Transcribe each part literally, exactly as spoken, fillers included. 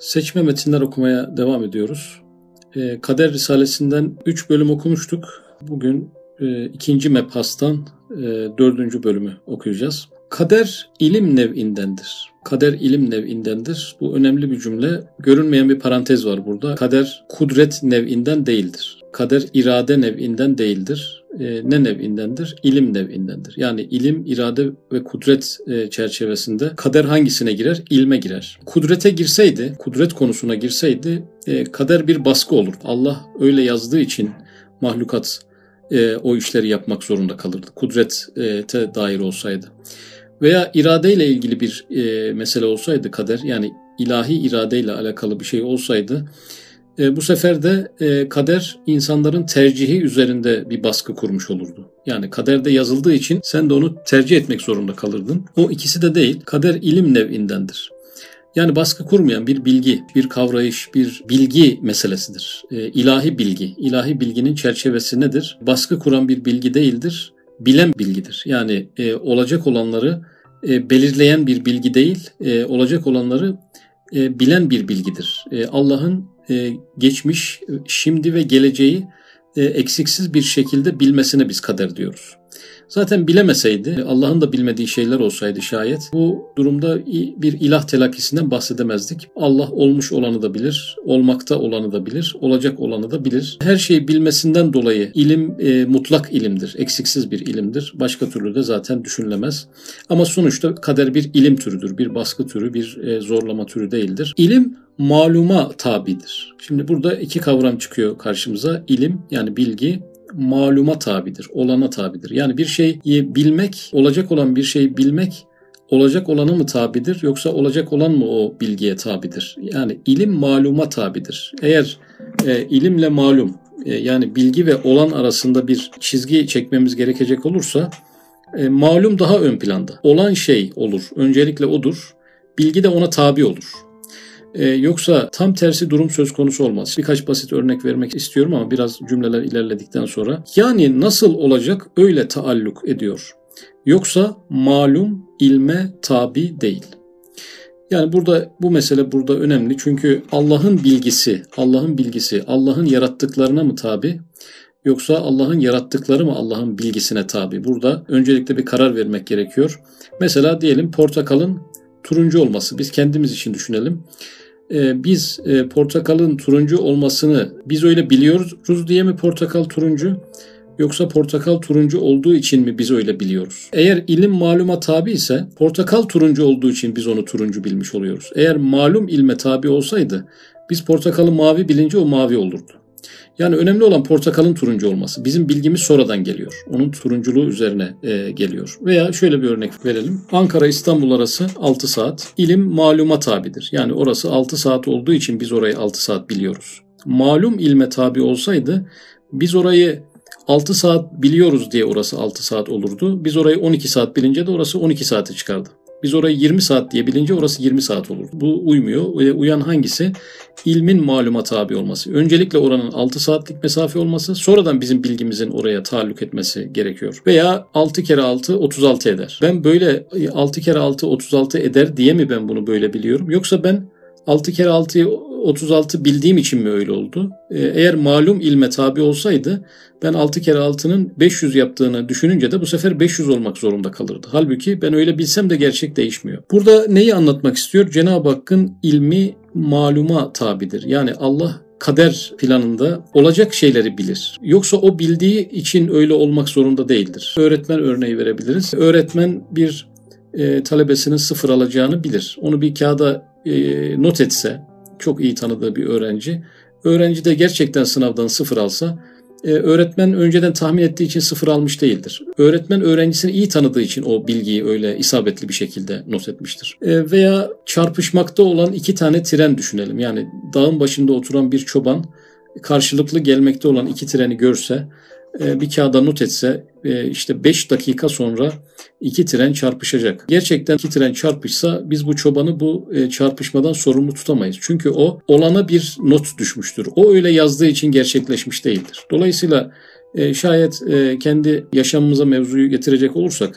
Seçme metinler okumaya devam ediyoruz. E, Kader Risalesi'nden üç bölüm okumuştuk. Bugün e, ikinci mebhastan e, dördüncü bölümü okuyacağız. Kader ilim nev'indendir. Kader ilim nev'indendir. Bu önemli bir cümle. Görünmeyen bir parantez var burada. Kader kudret nev'inden değildir. Kader irade nev'inden değildir. E, ne nev'indendir? İlim nev'indendir. Yani ilim, irade ve kudret e, çerçevesinde kader hangisine girer? İlme girer. Kudrete girseydi, kudret konusuna girseydi e, kader bir baskı olur. Allah öyle yazdığı için mahlukat e, o işleri yapmak zorunda kalırdı. Kudrete dair olsaydı. Veya iradeyle ilgili bir e, mesele olsaydı kader, yani ilahi iradeyle alakalı bir şey olsaydı, e, bu sefer de e, kader insanların tercihi üzerinde bir baskı kurmuş olurdu. Yani kaderde yazıldığı için sen de onu tercih etmek zorunda kalırdın. O ikisi de değil, kader ilim nev'indendir. Yani baskı kurmayan bir bilgi, bir kavrayış, bir bilgi meselesidir. E, ilahi bilgi, ilahi bilginin çerçevesi nedir? Baskı kuran bir bilgi değildir, bilen bilgidir. Yani e, olacak olanları e, belirleyen bir bilgi değil, e, olacak olanları e, bilen bir bilgidir. E, Allah'ın e, geçmiş, şimdi ve geleceği e, eksiksiz bir şekilde bilmesine biz kader diyoruz. Zaten bilemeseydi, Allah'ın da bilmediği şeyler olsaydı şayet, bu durumda bir ilah telakkisinden bahsedemezdik. Allah olmuş olanı da bilir, olmakta olanı da bilir, olacak olanı da bilir. Her şeyi bilmesinden dolayı ilim e, mutlak ilimdir, eksiksiz bir ilimdir. Başka türlü de zaten düşünülemez. Ama sonuçta kader bir ilim türüdür, bir baskı türü, bir e, zorlama türü değildir. İlim maluma tabidir. Şimdi burada iki kavram çıkıyor karşımıza. İlim, yani bilgi, maluma tabidir, olana tabidir. Yani bir şeyi bilmek, olacak olan bir şeyi bilmek, olacak olana mı tabidir, yoksa olacak olan mı o bilgiye tabidir? Yani ilim maluma tabidir. Eğer e, ilimle malum, e, yani bilgi ve olan arasında bir çizgi çekmemiz gerekecek olursa, e, malum daha ön planda. Olan şey olur, öncelikle odur. Bilgi de ona tabi olur. Ee, yoksa tam tersi durum söz konusu olmaz. Birkaç basit örnek vermek istiyorum ama biraz cümleler ilerledikten sonra. Yani nasıl olacak öyle taalluk ediyor. Yoksa malum ilme tabi değil. Yani burada bu mesele burada önemli. Çünkü Allah'ın bilgisi, Allah'ın bilgisi Allah'ın yarattıklarına mı tabi? Yoksa Allah'ın yarattıkları mı Allah'ın bilgisine tabi? Burada öncelikle bir karar vermek gerekiyor. Mesela diyelim portakalın turuncu olması. Biz kendimiz için düşünelim. Ee, biz e, portakalın turuncu olmasını biz öyle biliyoruz diye mi portakal turuncu, yoksa portakal turuncu olduğu için mi biz öyle biliyoruz? Eğer ilim maluma tabi ise portakal turuncu olduğu için biz onu turuncu bilmiş oluyoruz. Eğer malum ilme tabi olsaydı biz portakalı mavi bilince o mavi olurdu. Yani önemli olan portakalın turuncu olması. Bizim bilgimiz sonradan geliyor. Onun turunculuğu üzerine e, geliyor. Veya şöyle bir örnek verelim. Ankara-İstanbul arası altı saat. İlim maluma tabidir. Yani orası altı saat olduğu için biz orayı altı saat biliyoruz. Malum ilme tabi olsaydı biz orayı altı saat biliyoruz diye orası altı saat olurdu. Biz orayı on iki saat bilince de orası on iki saate çıkardı. Biz orayı yirmi saat diye bilince orası yirmi saat olur. Bu uymuyor. Uyan hangisi? İlmin maluma tabi olması. Öncelikle oranın altı saatlik mesafe olması, sonradan bizim bilgimizin oraya taalluk etmesi gerekiyor. Veya altı kere altı otuz altı eder. Ben böyle altı kere altı otuz altı eder diye mi ben bunu böyle biliyorum? Yoksa ben altı kere altıyı otuz altı bildiğim için mi öyle oldu? Eğer malum ilme tabi olsaydı ben altı kere altının beş yüz yaptığını düşününce de bu sefer beş yüz olmak zorunda kalırdı. Halbuki ben öyle bilsem de gerçek değişmiyor. Burada neyi anlatmak istiyor? Cenab-ı Hakk'ın ilmi maluma tabidir. Yani Allah kader planında olacak şeyleri bilir. Yoksa o bildiği için öyle olmak zorunda değildir. Öğretmen örneği verebiliriz. Öğretmen bir e, talebesinin sıfır alacağını bilir. Onu bir kağıda e, not etse, çok iyi tanıdığı bir öğrenci, öğrenci de gerçekten sınavdan sıfır alsa, e, öğretmen önceden tahmin ettiği için sıfır almış değildir. Öğretmen öğrencisini iyi tanıdığı için o bilgiyi öyle isabetli bir şekilde not etmiştir. E, veya çarpışmakta olan iki tane tren düşünelim. Yani dağın başında oturan bir çoban karşılıklı gelmekte olan iki treni görse, e, bir kağıda not etse, e, işte beş dakika sonra iki tren çarpışacak. Gerçekten iki tren çarpışsa biz bu çobanı bu e, çarpışmadan sorumlu tutamayız. Çünkü o olana bir not düşmüştür. O öyle yazdığı için gerçekleşmiş değildir. Dolayısıyla e, şayet e, kendi yaşamımıza mevzuyu getirecek olursak,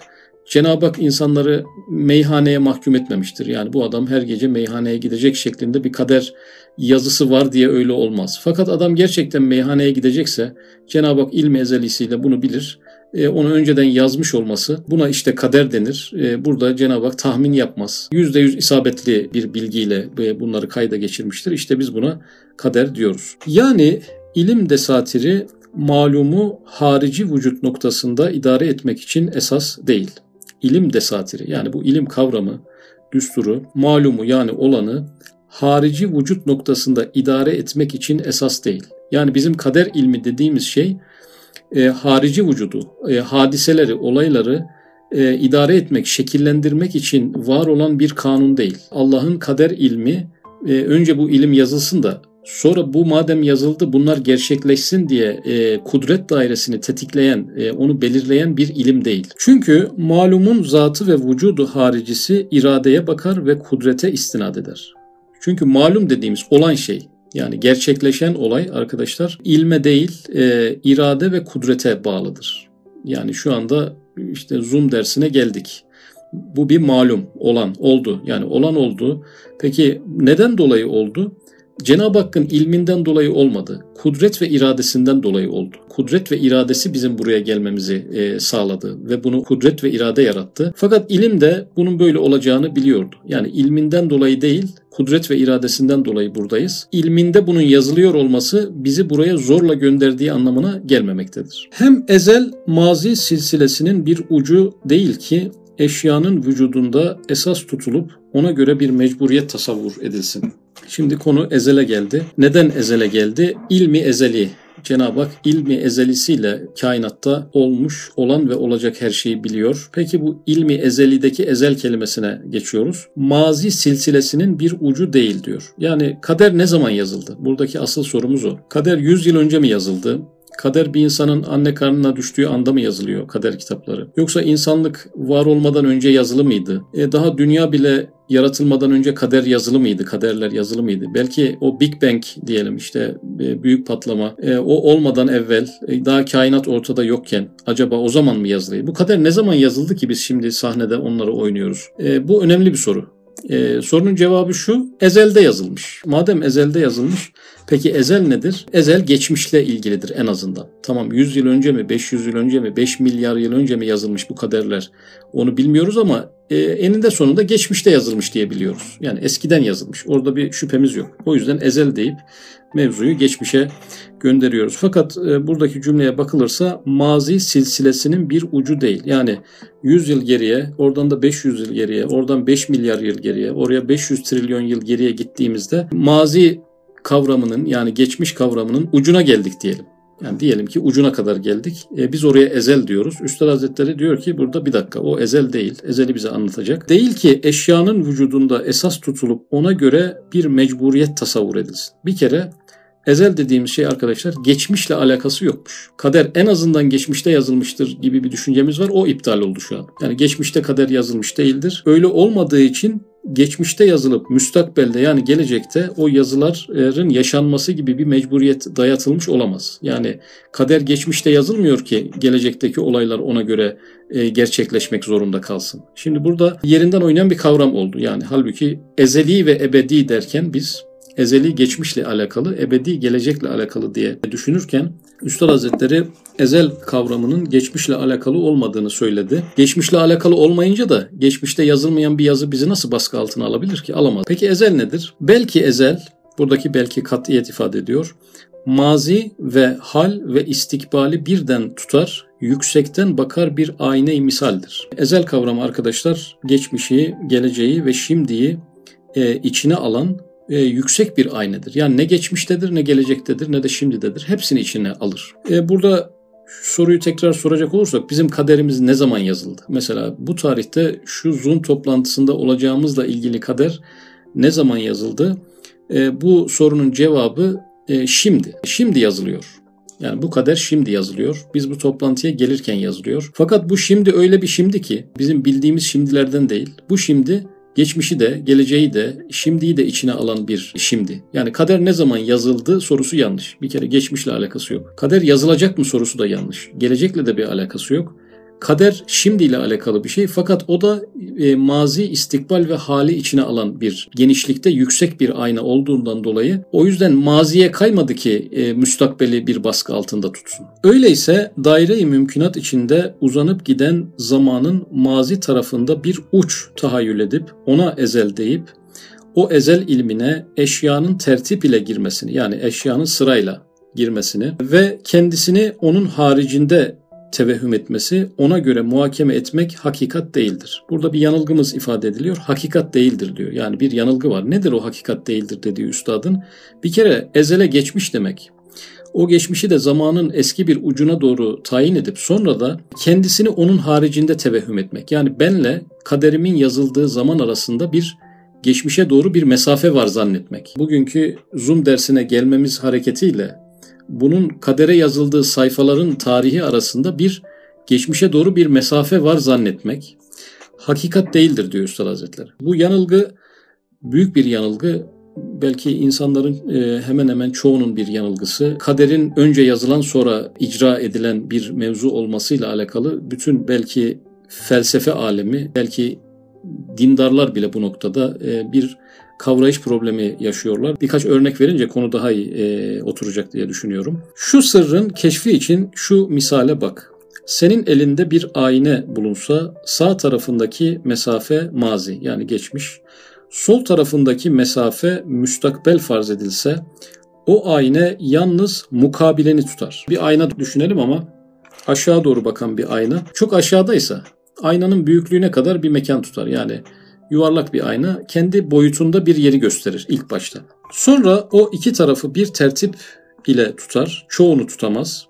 Cenab-ı Hak insanları meyhaneye mahkum etmemiştir. Yani bu adam her gece meyhaneye gidecek şeklinde bir kader yazısı var diye öyle olmaz. Fakat adam gerçekten meyhaneye gidecekse Cenab-ı Hak ilmi ezelisiyle bunu bilir. E, onu önceden yazmış olması, buna işte kader denir. E, burada Cenab-ı Hak tahmin yapmaz. yüzde yüz isabetli bir bilgiyle e, bunları kayda geçirmiştir. İşte biz buna kader diyoruz. Yani ilim desatiri malumu harici vücut noktasında idare etmek için esas değil. İlim desatiri, yani bu ilim kavramı, düsturu, malumu yani olanı harici vücut noktasında idare etmek için esas değil. Yani bizim kader ilmi dediğimiz şey e, harici vücudu, e, hadiseleri, olayları e, idare etmek, şekillendirmek için var olan bir kanun değil. Allah'ın kader ilmi, e, önce bu ilim yazılsın da sonra bu madem yazıldı bunlar gerçekleşsin diye e, kudret dairesini tetikleyen, e, onu belirleyen bir ilim değil. Çünkü malumun zatı ve vücudu haricisi iradeye bakar ve kudrete istinad eder. Çünkü malum dediğimiz olan şey, yani gerçekleşen olay arkadaşlar ilme değil e, irade ve kudrete bağlıdır. Yani şu anda işte Zoom dersine geldik. Bu bir malum, olan, oldu. Yani olan oldu. Peki neden dolayı oldu? Cenab-ı Hakk'ın ilminden dolayı olmadı. Kudret ve iradesinden dolayı oldu. Kudret ve iradesi bizim buraya gelmemizi e, sağladı ve bunu kudret ve irade yarattı. Fakat ilim de bunun böyle olacağını biliyordu. Yani ilminden dolayı değil, kudret ve iradesinden dolayı buradayız. İlminde bunun yazılıyor olması bizi buraya zorla gönderdiği anlamına gelmemektedir. Hem ezel mazi silsilesinin bir ucu değil ki eşyanın vücudunda esas tutulup ona göre bir mecburiyet tasavvur edilsin. Şimdi konu ezele geldi. Neden ezele geldi? İlmi ezeli. Cenab-ı Hak ilmi ezelisiyle kainatta olmuş, olan ve olacak her şeyi biliyor. Peki bu ilmi ezelideki ezel kelimesine geçiyoruz. Mazi silsilesinin bir ucu değil diyor. Yani kader ne zaman yazıldı? Buradaki asıl sorumuz o. Kader yüz yıl önce mi yazıldı? Kader bir insanın anne karnına düştüğü anda mı yazılıyor kader kitapları? Yoksa insanlık var olmadan önce yazılı mıydı? E daha dünya bile yaratılmadan önce kader yazılı mıydı? Kaderler yazılı mıydı? Belki o Big Bang diyelim işte e, büyük patlama e, o olmadan evvel e, daha kainat ortada yokken acaba o zaman mı yazılıydı? Bu kader ne zaman yazıldı ki biz şimdi sahnede onları oynuyoruz? E, bu önemli bir soru. Ee, sorunun cevabı şu, ezelde yazılmış. Madem ezelde yazılmış, peki ezel nedir? Ezel geçmişle ilgilidir en azından. Tamam yüz yıl önce mi, beş yüz yıl önce mi, beş milyar yıl önce mi yazılmış bu kaderler? Onu bilmiyoruz ama e, eninde sonunda geçmişte yazılmış diye biliyoruz. Yani eskiden yazılmış. Orada bir şüphemiz yok. O yüzden ezel deyip mevzuyu geçmişe gönderiyoruz. Fakat e, buradaki cümleye bakılırsa mazi silsilesinin bir ucu değil. Yani yüz yıl geriye, oradan da beş yüz yıl geriye, oradan beş milyar yıl geriye, oraya beş yüz trilyon yıl geriye gittiğimizde mazi kavramının yani geçmiş kavramının ucuna geldik diyelim. Yani diyelim ki ucuna kadar geldik. E, biz oraya ezel diyoruz. Üstad Hazretleri diyor ki burada bir dakika o ezel değil. Ezeli bize anlatacak. Değil ki eşyanın vücudunda esas tutulup ona göre bir mecburiyet tasavvur edilsin. Bir kere ezel dediğimiz şey arkadaşlar geçmişle alakası yokmuş. Kader en azından geçmişte yazılmıştır gibi bir düşüncemiz var. O iptal oldu şu an. Yani geçmişte kader yazılmış değildir. Öyle olmadığı için geçmişte yazılıp müstakbelde yani gelecekte o yazıların yaşanması gibi bir mecburiyet dayatılmış olamaz. Yani kader geçmişte yazılmıyor ki gelecekteki olaylar ona göre e, gerçekleşmek zorunda kalsın. Şimdi burada yerinden oynayan bir kavram oldu. Yani halbuki ezeli ve ebedi derken biz ezeli geçmişle alakalı, ebedi gelecekle alakalı diye düşünürken Üstad Hazretleri ezel kavramının geçmişle alakalı olmadığını söyledi. Geçmişle alakalı olmayınca da geçmişte yazılmayan bir yazı bizi nasıl baskı altına alabilir ki? Alamaz. Peki ezel nedir? Belki ezel, buradaki belki kat'iyet ifade ediyor. Mazi ve hal ve istikbali birden tutar, yüksekten bakar bir ayna-i misaldir. Ezel kavramı arkadaşlar geçmişi, geleceği ve şimdiyi e, içine alan e, yüksek bir aynadır. Yani ne geçmiştedir, ne gelecektedir, ne de şimdidedir. Hepsini içine alır. E, burada soruyu tekrar soracak olursak bizim kaderimiz ne zaman yazıldı? Mesela bu tarihte şu Zoom toplantısında olacağımızla ilgili kader ne zaman yazıldı? E, bu sorunun cevabı e, şimdi. Şimdi yazılıyor. Yani bu kader şimdi yazılıyor. Biz bu toplantıya gelirken yazılıyor. Fakat bu şimdi öyle bir şimdi ki bizim bildiğimiz şimdilerden değil. Bu şimdi geçmişi de, geleceği de, şimdiyi de içine alan bir şimdi. Yani kader ne zaman yazıldı sorusu yanlış. Bir kere geçmişle alakası yok. Kader yazılacak mı sorusu da yanlış. Gelecekle de bir alakası yok. Kader şimdiyle alakalı bir şey fakat o da e, mazi, istikbal ve hali içine alan bir genişlikte yüksek bir ayna olduğundan dolayı o yüzden maziye kaymadı ki e, müstakbeli bir baskı altında tutsun. Öyleyse daire-i mümkünat içinde uzanıp giden zamanın mazi tarafında bir uç tahayyül edip ona ezel deyip o ezel ilmine eşyanın tertip ile girmesini, yani eşyanın sırayla girmesini ve kendisini onun haricinde tevehhüm etmesi, ona göre muhakeme etmek hakikat değildir. Burada bir yanılgımız ifade ediliyor. Hakikat değildir diyor. Yani bir yanılgı var. Nedir o hakikat değildir dediği üstadın? Bir kere ezele geçmiş demek. O geçmişi de zamanın eski bir ucuna doğru tayin edip sonra da kendisini onun haricinde tevehhüm etmek. Yani benle kaderimin yazıldığı zaman arasında bir geçmişe doğru bir mesafe var zannetmek. Bugünkü Zoom dersine gelmemiz hareketiyle bunun kadere yazıldığı sayfaların tarihi arasında bir geçmişe doğru bir mesafe var zannetmek hakikat değildir diyor Üstad Hazretleri. Bu yanılgı büyük bir yanılgı. Belki insanların hemen hemen çoğunun bir yanılgısı. Kaderin önce yazılan sonra icra edilen bir mevzu olmasıyla alakalı bütün belki felsefe alemi, belki dindarlar bile bu noktada bir kavrayış problemi yaşıyorlar. Birkaç örnek verince konu daha iyi e, oturacak diye düşünüyorum. Şu sırrın keşfi için şu misale bak. Senin elinde bir ayna bulunsa sağ tarafındaki mesafe mazi, yani geçmiş. Sol tarafındaki mesafe müstakbel farz edilse o ayna yalnız mukabileni tutar. Bir ayna düşünelim ama aşağı doğru bakan bir ayna. Çok aşağıdaysa aynanın büyüklüğüne kadar bir mekan tutar. Yani yuvarlak bir ayna kendi boyutunda bir yeri gösterir ilk başta. Sonra o iki tarafı bir tertip ile tutar, çoğunu tutamaz.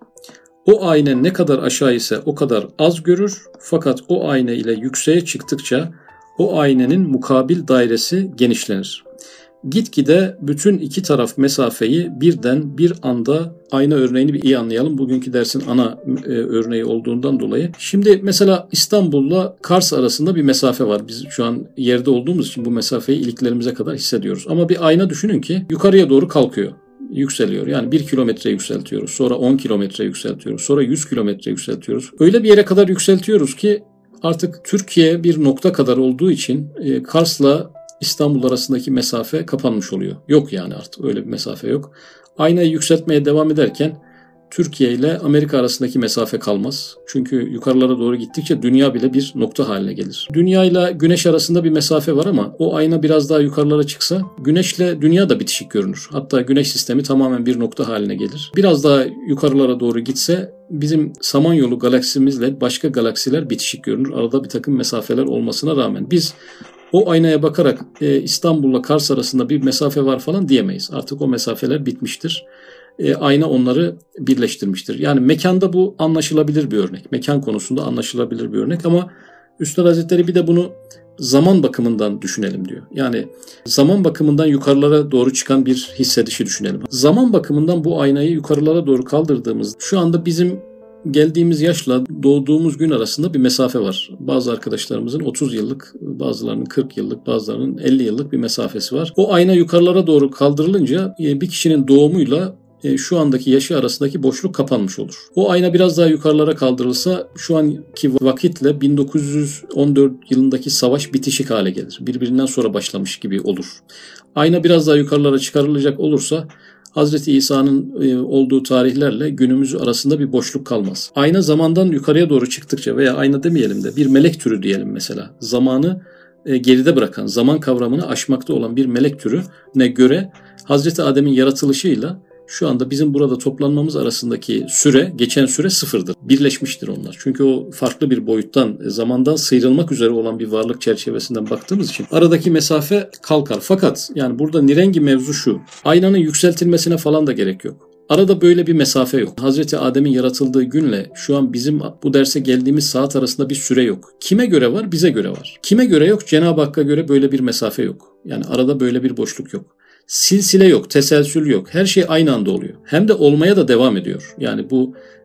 O ayna ne kadar aşağı ise o kadar az görür fakat o ayna ile yükseğe çıktıkça o aynanın mukabil dairesi genişlenir. Gitgide bütün iki taraf mesafeyi birden bir anda, ayna örneğini bir iyi anlayalım. Bugünkü dersin ana e, örneği olduğundan dolayı. Şimdi mesela İstanbul'la Kars arasında bir mesafe var. Biz şu an yerde olduğumuz için bu mesafeyi iliklerimize kadar hissediyoruz. Ama bir ayna düşünün ki yukarıya doğru kalkıyor, yükseliyor. Yani bir kilometre yükseltiyoruz. Sonra on kilometre yükseltiyoruz. Sonra yüz kilometre yükseltiyoruz. Öyle bir yere kadar yükseltiyoruz ki artık Türkiye bir nokta kadar olduğu için e, Kars'la İstanbul arasındaki mesafe kapanmış oluyor. Yok yani artık öyle bir mesafe yok. Aynayı yükseltmeye devam ederken Türkiye ile Amerika arasındaki mesafe kalmaz. Çünkü yukarılara doğru gittikçe dünya bile bir nokta haline gelir. Dünya ile güneş arasında bir mesafe var ama o ayna biraz daha yukarılara çıksa güneşle dünya da bitişik görünür. Hatta güneş sistemi tamamen bir nokta haline gelir. Biraz daha yukarılara doğru gitse bizim Samanyolu galaksimizle başka galaksiler bitişik görünür. Arada bir takım mesafeler olmasına rağmen biz o aynaya bakarak e, İstanbul'la Kars arasında bir mesafe var falan diyemeyiz. Artık o mesafeler bitmiştir. E, ayna onları birleştirmiştir. Yani mekanda bu anlaşılabilir bir örnek. Mekan konusunda anlaşılabilir bir örnek ama Üstad Hazretleri bir de bunu zaman bakımından düşünelim diyor. Yani zaman bakımından yukarılara doğru çıkan bir hissedişi düşünelim. Zaman bakımından bu aynayı yukarılara doğru kaldırdığımız şu anda bizim geldiğimiz yaşla doğduğumuz gün arasında bir mesafe var. Bazı arkadaşlarımızın otuz yıllık, bazılarının kırk yıllık, bazılarının elli yıllık bir mesafesi var. O ayna yukarılara doğru kaldırılınca bir kişinin doğumuyla şu andaki yaşı arasındaki boşluk kapanmış olur. O ayna biraz daha yukarılara kaldırılsa şu anki vakitle bin dokuz yüz on dört yılındaki savaş bitişik hale gelir. Birbirinden sonra başlamış gibi olur. Ayna biraz daha yukarılara çıkarılacak olursa Hazreti İsa'nın olduğu tarihlerle günümüz arasında bir boşluk kalmaz. Ayna zamandan yukarıya doğru çıktıkça veya ayna demeyelim de bir melek türü diyelim mesela. Zamanı geride bırakan, zaman kavramını aşmakta olan bir melek türüne göre Hazreti Adem'in yaratılışıyla şu anda bizim burada toplanmamız arasındaki süre, geçen süre sıfırdır. Birleşmiştir onlar. Çünkü o farklı bir boyuttan, zamandan sıyrılmak üzere olan bir varlık çerçevesinden baktığımız için aradaki mesafe kalkar. Fakat yani burada nirengi mevzu şu. Aynanın yükseltilmesine falan da gerek yok. Arada böyle bir mesafe yok. Hazreti Adem'in yaratıldığı günle şu an bizim bu derse geldiğimiz saat arasında bir süre yok. Kime göre var? Bize göre var. Kime göre yok? Cenab-ı Hakk'a göre böyle bir mesafe yok. Yani arada böyle bir boşluk yok. Silsile yok, teselsül yok. Her şey aynı anda oluyor. Hem de olmaya da devam ediyor. Yani bu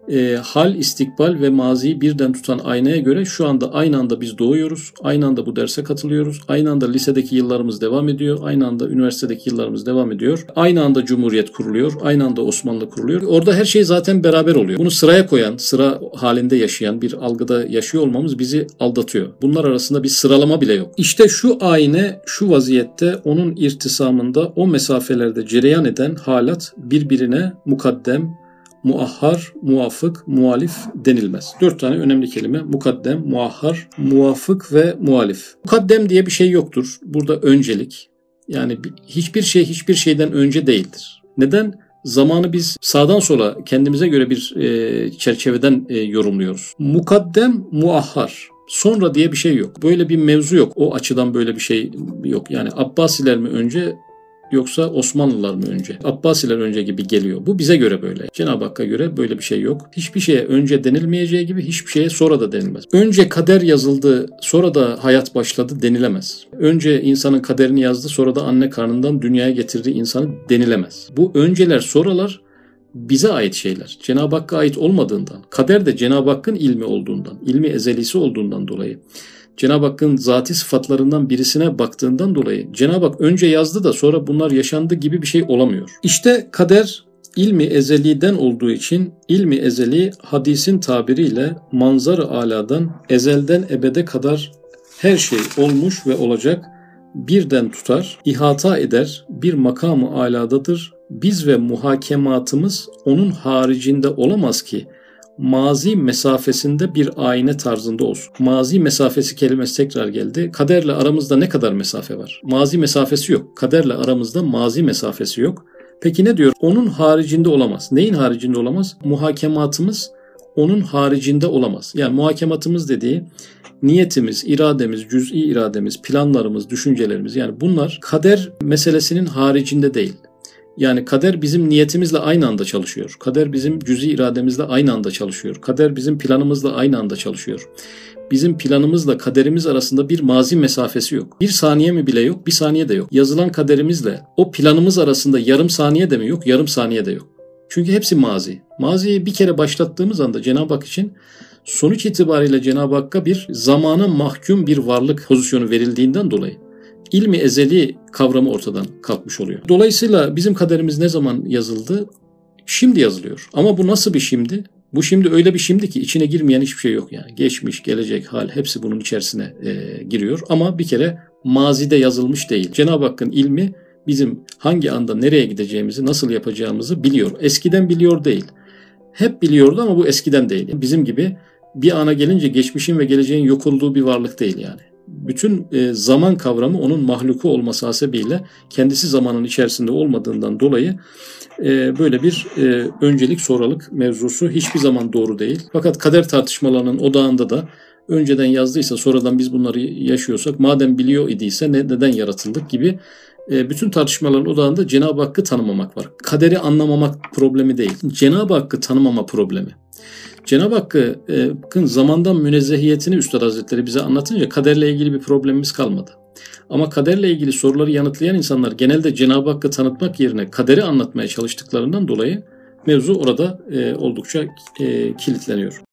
e, hal, istikbal ve maziyi birden tutan aynaya göre şu anda aynı anda biz doğuyoruz. Aynı anda bu derse katılıyoruz. Aynı anda lisedeki yıllarımız devam ediyor. Aynı anda üniversitedeki yıllarımız devam ediyor. Aynı anda Cumhuriyet kuruluyor. Aynı anda Osmanlı kuruluyor. Orada her şey zaten beraber oluyor. Bunu sıraya koyan, sıra halinde yaşayan bir algıda yaşıyor olmamız bizi aldatıyor. Bunlar arasında bir sıralama bile yok. İşte şu ayine şu vaziyette onun irtisamında o mesafelerde cereyan eden halat birbirine mukaddem, muahhar, muvafık, muhalif denilmez. Dört tane önemli kelime. Mukaddem, muahhar, muvafık ve muhalif. Mukaddem diye bir şey yoktur. Burada öncelik. Yani hiçbir şey hiçbir şeyden önce değildir. Neden? Zamanı biz sağdan sola kendimize göre bir e, çerçeveden e, yorumluyoruz. Mukaddem, muahhar. Sonra diye bir şey yok. Böyle bir mevzu yok. O açıdan böyle bir şey yok. Yani Abbasiler mi önce yoksa Osmanlılar mı önce? Abbasiler önce gibi geliyor. Bu bize göre böyle. Cenab-ı Hakk'a göre böyle bir şey yok. Hiçbir şeye önce denilmeyeceği gibi hiçbir şeye sonra da denilmez. Önce kader yazıldı, sonra da hayat başladı denilemez. Önce insanın kaderini yazdı, sonra da anne karnından dünyaya getirdiği insanı denilemez. Bu önceler, sonralar bize ait şeyler. Cenab-ı Hakk'a ait olmadığından, kader de Cenab-ı Hakk'ın ilmi olduğundan, ilmi ezelisi olduğundan dolayı, Cenab-ı Hakk'ın zati sıfatlarından birisine baktığından dolayı Cenab-ı Hak önce yazdı da sonra bunlar yaşandı gibi bir şey olamıyor. İşte kader ilmi ezeliden olduğu için ilmi ezeli hadisin tabiriyle manzar-ı aladan ezelden ebede kadar her şey olmuş ve olacak birden tutar, ihata eder, bir makamı aladadır. Biz ve muhakematımız onun haricinde olamaz ki mazi mesafesinde bir ayna tarzında olsun. Mazi mesafesi kelimesi tekrar geldi. Kaderle aramızda ne kadar mesafe var? Mazi mesafesi yok. Kaderle aramızda mazi mesafesi yok. Peki ne diyor? Onun haricinde olamaz. Neyin haricinde olamaz? Muhakematımız onun haricinde olamaz. Yani muhakematımız dediği niyetimiz, irademiz, cüz'i irademiz, planlarımız, düşüncelerimiz, yani bunlar kader meselesinin haricinde değil. Yani kader bizim niyetimizle aynı anda çalışıyor. Kader bizim cüz'i irademizle aynı anda çalışıyor. Kader bizim planımızla aynı anda çalışıyor. Bizim planımızla kaderimiz arasında bir mazi mesafesi yok. Bir saniye mi bile yok, bir saniye de yok. Yazılan kaderimizle o planımız arasında yarım saniye de mi yok, yarım saniye de yok. Çünkü hepsi mazi. Maziyi bir kere başlattığımız anda Cenab-ı Hak için sonuç itibariyle Cenab-ı Hakk'a bir zamana mahkum bir varlık pozisyonu verildiğinden dolayı İlmi ezeli kavramı ortadan kalkmış oluyor. Dolayısıyla bizim kaderimiz ne zaman yazıldı? Şimdi yazılıyor. Ama bu nasıl bir şimdi? Bu şimdi öyle bir şimdi ki içine girmeyen hiçbir şey yok yani. Geçmiş, gelecek, hal hepsi bunun içerisine e, giriyor. Ama bir kere mazide yazılmış değil. Cenab-ı Hakk'ın ilmi bizim hangi anda nereye gideceğimizi, nasıl yapacağımızı biliyor. Eskiden biliyor değil. Hep biliyordu ama bu eskiden değil. Bizim gibi bir ana gelince geçmişin ve geleceğin yok olduğu bir varlık değil yani. Bütün e, zaman kavramı onun mahluku olması hasebiyle kendisi zamanın içerisinde olmadığından dolayı e, böyle bir e, öncelik sonralık mevzusu hiçbir zaman doğru değil. Fakat kader tartışmalarının odağında da önceden yazdıysa sonradan biz bunları yaşıyorsak madem biliyor idiyse ne, neden yaratıldık gibi e, bütün tartışmaların odağında Cenab-ı Hakk'ı tanımamak var. Kaderi anlamamak problemi değil. Cenab-ı Hakk'ı tanımama problemi. Cenab-ı Hakk'ın zamandan münezzehiyetini Üstad Hazretleri bize anlatınca kaderle ilgili bir problemimiz kalmadı. Ama kaderle ilgili soruları yanıtlayan insanlar genelde Cenab-ı Hakk'ı tanıtmak yerine kaderi anlatmaya çalıştıklarından dolayı mevzu orada oldukça kilitleniyor.